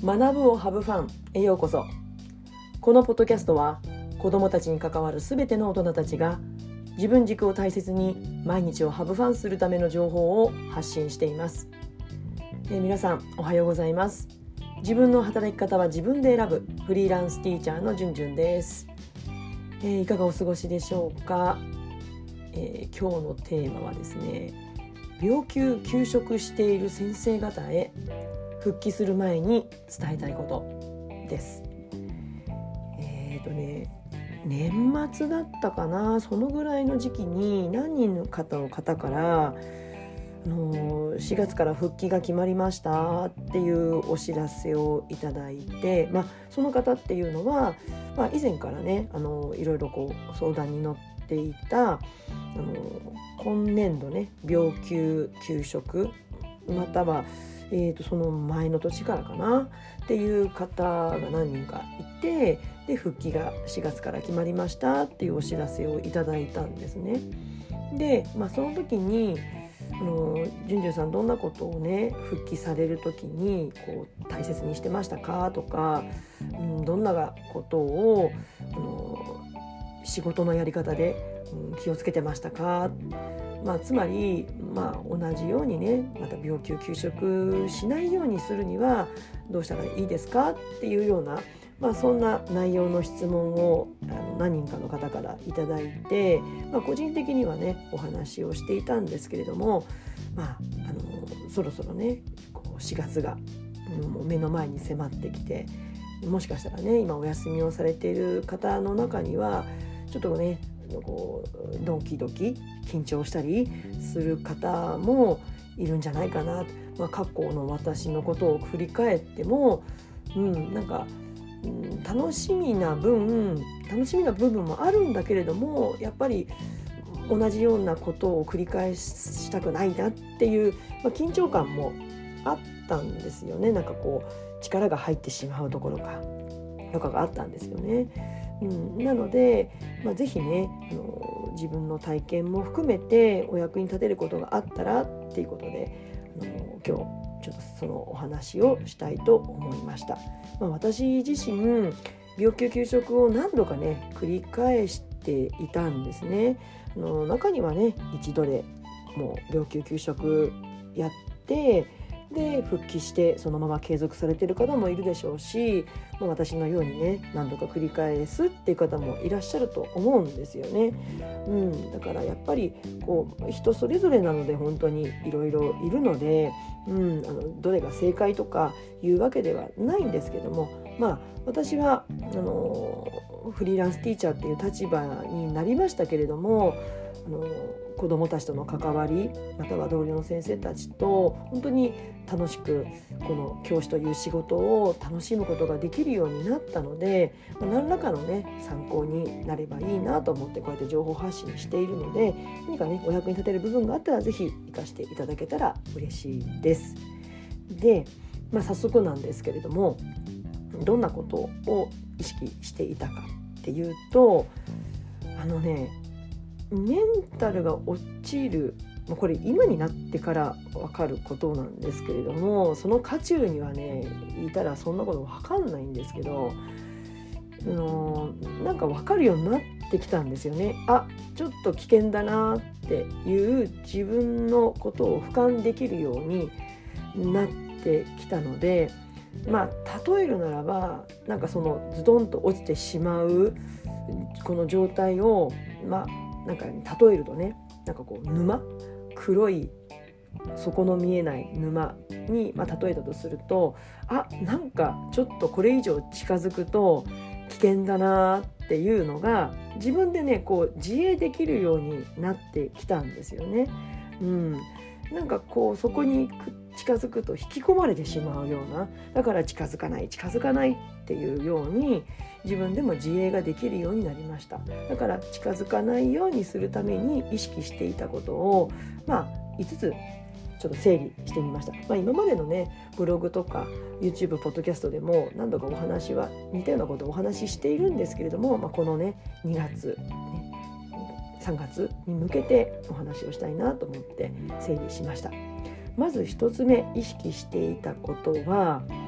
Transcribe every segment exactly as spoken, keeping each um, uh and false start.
学ぶをハブファンへようこそ。このポッドキャストは子どもたちに関わるすべての大人たちが自分軸を大切に毎日をハブファンするための情報を発信しています。えー、皆さんおはようございます。自分の働き方は自分で選ぶフリーランスティーチャーのじゅんじゅんです。えー、いかがお過ごしでしょうか。えー、今日のテーマはですね、病休休職している先生方へ復帰する前に伝えたいことです。えーとね年末だったかな、そのぐらいの時期に何人の方の方からあのしがつから復帰が決まりましたっていうお知らせをいただいて、まあ、その方っていうのは、まあ、以前からねあのいろいろこう相談に乗っていたあの今年度ね病休休職またはえー、とその前の年からかなっていう方が何人かいて、で復帰がしがつから決まりましたっていうお知らせをいただいたんですね。で、まあ、その時にあのじゅんじゅんさんどんなことをね復帰される時にこう大切にしてましたかとか、うん、どんなことをあの仕事のやり方で、うん、気をつけてましたか、まあ、つまり、まあ、同じようにねまた病休休職しないようにするにはどうしたらいいですかっていうような、まあ、そんな内容の質問をあの何人かの方からいただいて、まあ、個人的にはねお話をしていたんですけれども、まあ、あのそろそろねこうしがつが、うん、もう目の前に迫ってきて、もしかしたらね今お休みをされている方の中にはちょっとねこうドキドキ緊張したりする方もいるんじゃないかな、まあ、過去の私のことを振り返っても、うん、なんか、うん、楽しみな分楽しみな部分もあるんだけれども、やっぱり同じようなことを繰り返したくないなっていう、まあ、緊張感もあったんですよね。なんかこう力が入ってしまうところかとかがあったんですよね。うん、なので、まあ、ぜひねあの自分の体験も含めてお役に立てることがあったらっていうことであの今日ちょっとそのお話をしたいと思いました。まあ、私自身病休休職を何度かね繰り返していたんですね。あの中にはね一度でもう病休休職やってで復帰してそのまま継続されている方もいるでしょうし、もう私のようにね何度か繰り返すっていう方もいらっしゃると思うんですよね。うん、だからやっぱりこう人それぞれなので本当にいろいろいるので、うん、あのどれが正解とかいうわけではないんですけども、まあ私はあのフリーランスティーチャーっていう立場になりましたけれども、あの子どもたちとの関わりまたは同僚の先生たちと本当に楽しくこの教師という仕事を楽しむことができるようになったので、まあ、何らかのね参考になればいいなと思ってこうやって情報発信しているので、何かねお役に立てる部分があったらぜひ活かしていただけたら嬉しいです。で、まあ、早速なんですけれどもどんなことを意識していたかっていうと、あのねメンタルが落ちる、これ今になってから分かることなんですけれども、その渦中にはねいたらそんなこと分かんないんですけど、あのなんか分かるようになってきたんですよね。あ、ちょっと危険だなっていう自分のことを俯瞰できるようになってきたので、まあ例えるならばなんかそのズドンと落ちてしまうこの状態をまあなんか例えるとね、なんかこう沼黒い底の見えない沼に、まあ、例えたとすると、あ、なんかちょっとこれ以上近づくと危険だなっていうのが自分でねこう自衛できるようになってきたんですよね。うん、なんかこうそこに近づくと引き込まれてしまうような、だから近づかない近づかないっていうように自分でも自衛ができるようになりました。だから近づかないようにするために意識していたことをまあいつつちょっと整理してみました。まあ、今までのねブログとか YouTube、ポッドキャストでも何度かお話は似たようなことをお話ししているんですけれども、まあ、このねにがつ、ね、さんがつに向けてお話をしたいなと思って整理しました。まず一つ目意識していたことは、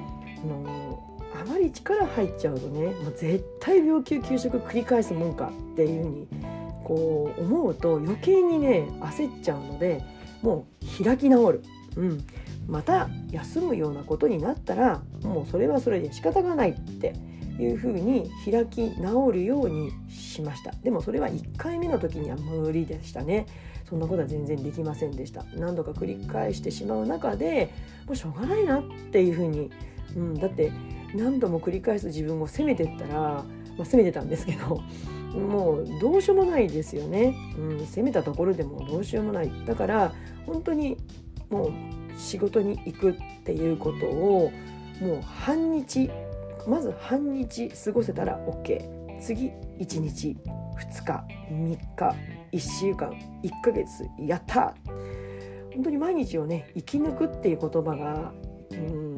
のあまり力入っちゃうとね、もう絶対病気休職繰り返すもんかっていうふうにこう思うと余計にね焦っちゃうので、もう開き直る、うん、また休むようなことになったらもうそれはそれで仕方がないっていうふうに開き直るようにしました。でもそれはいっかいめの時には無理でしたね。そんなことは全然できませんでした。何度か繰り返してしまう中でもうしょうがないなっていうふうに、うん、だって何度も繰り返す自分を責めてったら、まあ、責めてたんですけど、もうどうしようもないですよね、うん、責めたところでもどうしようもない。だから本当にもう仕事に行くっていうことをもう半日、まず半日過ごせたら OK、 次いちにち、ふつか、みっか、いっしゅうかん、いっかげつ、やった。本当に毎日をね生き抜くっていう言葉が、うん、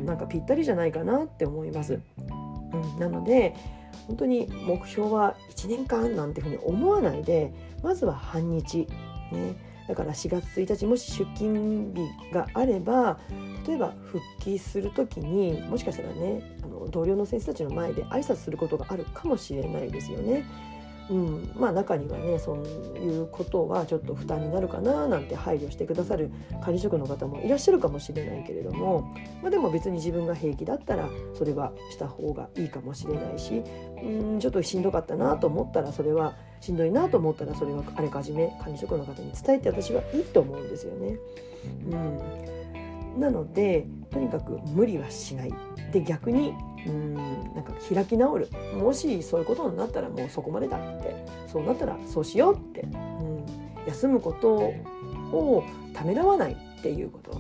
なんかぴったりじゃないかなって思います、うん、なので本当に目標はいちねんかんなんていうふうに思わないで、まずは半日、ね、だからしがつついたちもし出勤日があれば、例えば復帰するときにもしかしたらね、あの同僚の先生たちの前で挨拶することがあるかもしれないですよね。うん、まあ中にはねそういうことはちょっと負担になるかななんて配慮してくださる管理職の方もいらっしゃるかもしれないけれども、まあ、でも別に自分が平気だったらそれはした方がいいかもしれないし、うん、ちょっとしんどかったなと思ったらそれはしんどいなと思ったらそれはあらかじめ管理職の方に伝えて私はいいと思うんですよね。うん、なのでとにかく無理はしない。で逆にうんなんか開き直る。もしそういうことになったらもうそこまでだって、そうなったらそうしようって、うん、休むことをためらわないっていうこと。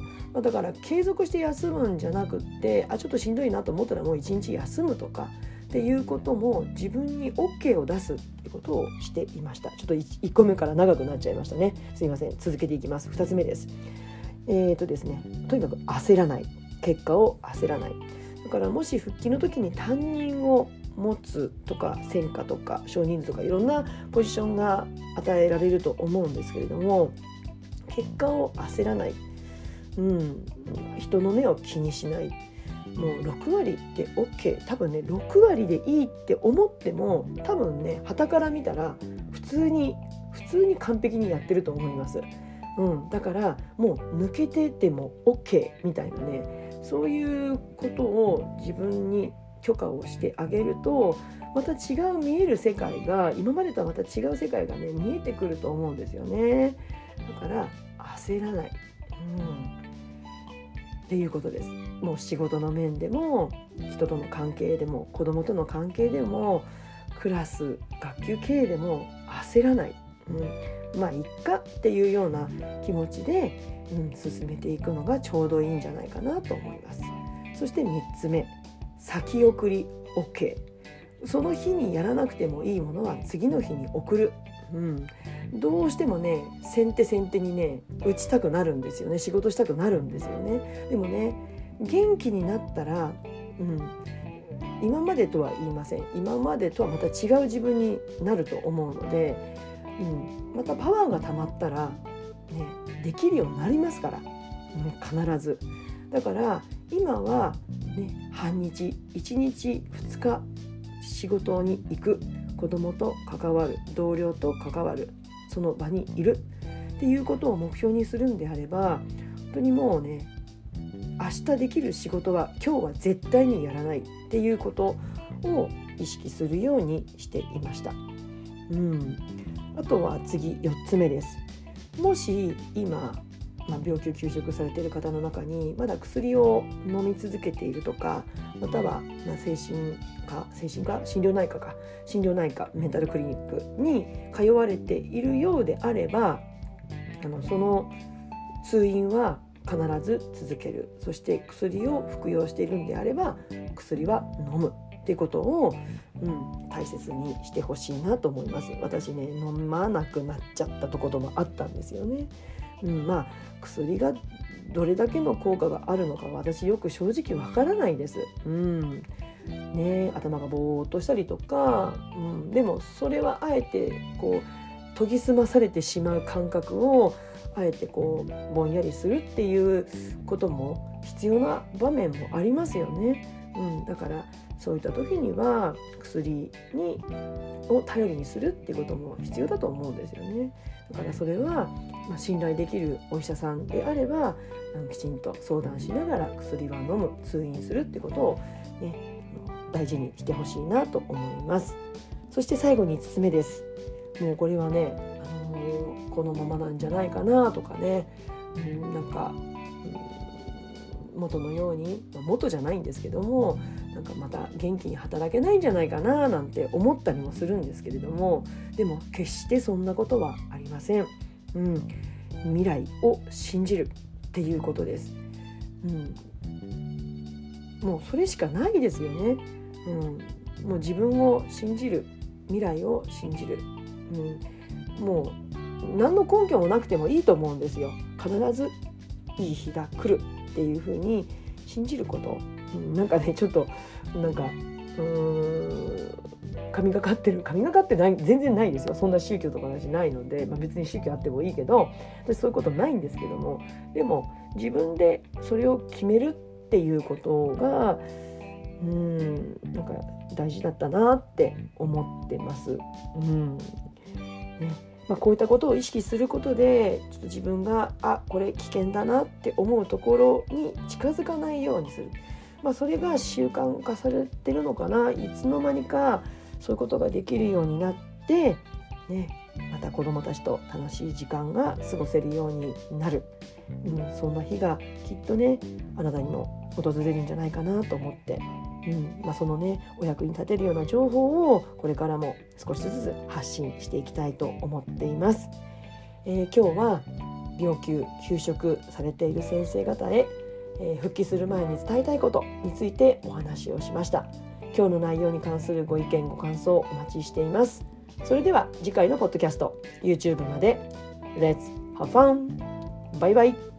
だから継続して休むんじゃなくって、あちょっとしんどいなと思ったらもう一日休むとかっていうことも自分に OK を出すってことをしていました。ちょっと いっこめから長くなっちゃいましたね。すいません。続けていきます。ふたつめです。えーとですね、とにかく焦らない。結果を焦らない。だからもし復帰の時に担任を持つとか専科とか少人数とかいろんなポジションが与えられると思うんですけれども、結果を焦らない、うん、人の目を気にしない、もうろくわりって OK。 多分ねろくわりでいいって思っても多分ね傍から見たら普通に普通に完璧にやってると思います、うん、だからもう抜けてても OK みたいなね、そういうことを自分に許可をしてあげるとまた違う見える世界が、今までとはまた違う世界がね見えてくると思うんですよね。だから焦らない、うん、っていうことです。もう仕事の面でも人との関係でも子供との関係でもクラス学級経営でも焦らない、うん、まあいっかっていうような気持ちで、うん、進めていくのがちょうどいいんじゃないかなと思います。そしてみっつめ、先送り OK。 その日にやらなくてもいいものは次の日に送る、うん、どうしてもね先手先手にね打ちたくなるんですよね。仕事したくなるんですよね。でもね元気になったら、うん、今までとは言いません。今までとはまた違う自分になると思うので、うん、またパワーが溜まったら、ね、できるようになりますから、うん、必ず。だから今は、ね、半日いちにちふつか仕事に行く、子供と関わる、同僚と関わる、その場にいるっていうことを目標にするんであれば、本当にもうね明日できる仕事は今日は絶対にやらないっていうことを意識するようにしていました、うん、あとは次よっつめです。もし今、まあ、病気を休職されている方の中にまだ薬を飲み続けているとか、またはまあ精神科精神科心療内科か心療内科メンタルクリニックに通われているようであれば、あのその通院は必ず続ける。そして薬を服用しているんであれば薬は飲むっていうことを、うん、大切にしてほしいなと思います。私ね飲まなくなっちゃったこともあったんですよね、うん、まあ薬がどれだけの効果があるのか私よく正直わからないです、うんね、頭がぼーっとしたりとか、うん、でもそれはあえてこう研ぎ澄まされてしまう感覚をあえてこうぼんやりするっていうことも必要な場面もありますよね。 うん、だからそういった時には薬にを頼りにするっていうことも必要だと思うんですよね。だからそれは、まあ、信頼できるお医者さんであればきちんと相談しながら薬は飲む、通院するってことを、ね、大事にしてほしいなと思います。そして最後にいつつめです。もうこれはね、あのー、このままなんじゃないかなとかね、うん、なんか、うん、元のように、まあ、元じゃないんですけども、なんかまた元気に働けないんじゃないかななんて思ったりもするんですけれども、でも決してそんなことはありません。うん、未来を信じるっていうことです。うん、もうそれしかないですよね。うん、もう自分を信じる、未来を信じる、うん、もう何の根拠もなくてもいいと思うんですよ。必ずいい日が来るっていうふうに信じること、うん、なんかねちょっとなんかうーん神がかってる神がかってない全然ないですよ。そんな宗教とか私ないので、まあ、別に宗教あってもいいけど私そういうことないんですけども、でも自分でそれを決めるっていうことがうーんなんか大事だったなって思ってます。うんねまあ、こういったことを意識することでちょっと自分があこれ危険だなって思うところに近づかないようにする、まあ、それが習慣化されてるのかな。いつの間にかそういうことができるようになって、ね、また子どもたちと楽しい時間が過ごせるようになる、うん、そんな日がきっとねあなたにも訪れるんじゃないかなと思って、うんまあ、そのねお役に立てるような情報をこれからも少しずつ発信していきたいと思っています。えー、今日は病休休職されている先生方へ、えー、復帰する前に伝えたいことについてお話をしました。今日の内容に関するご意見ご感想お待ちしています。それでは次回のポッドキャスト YouTube まで Let's have fun! バイバイ。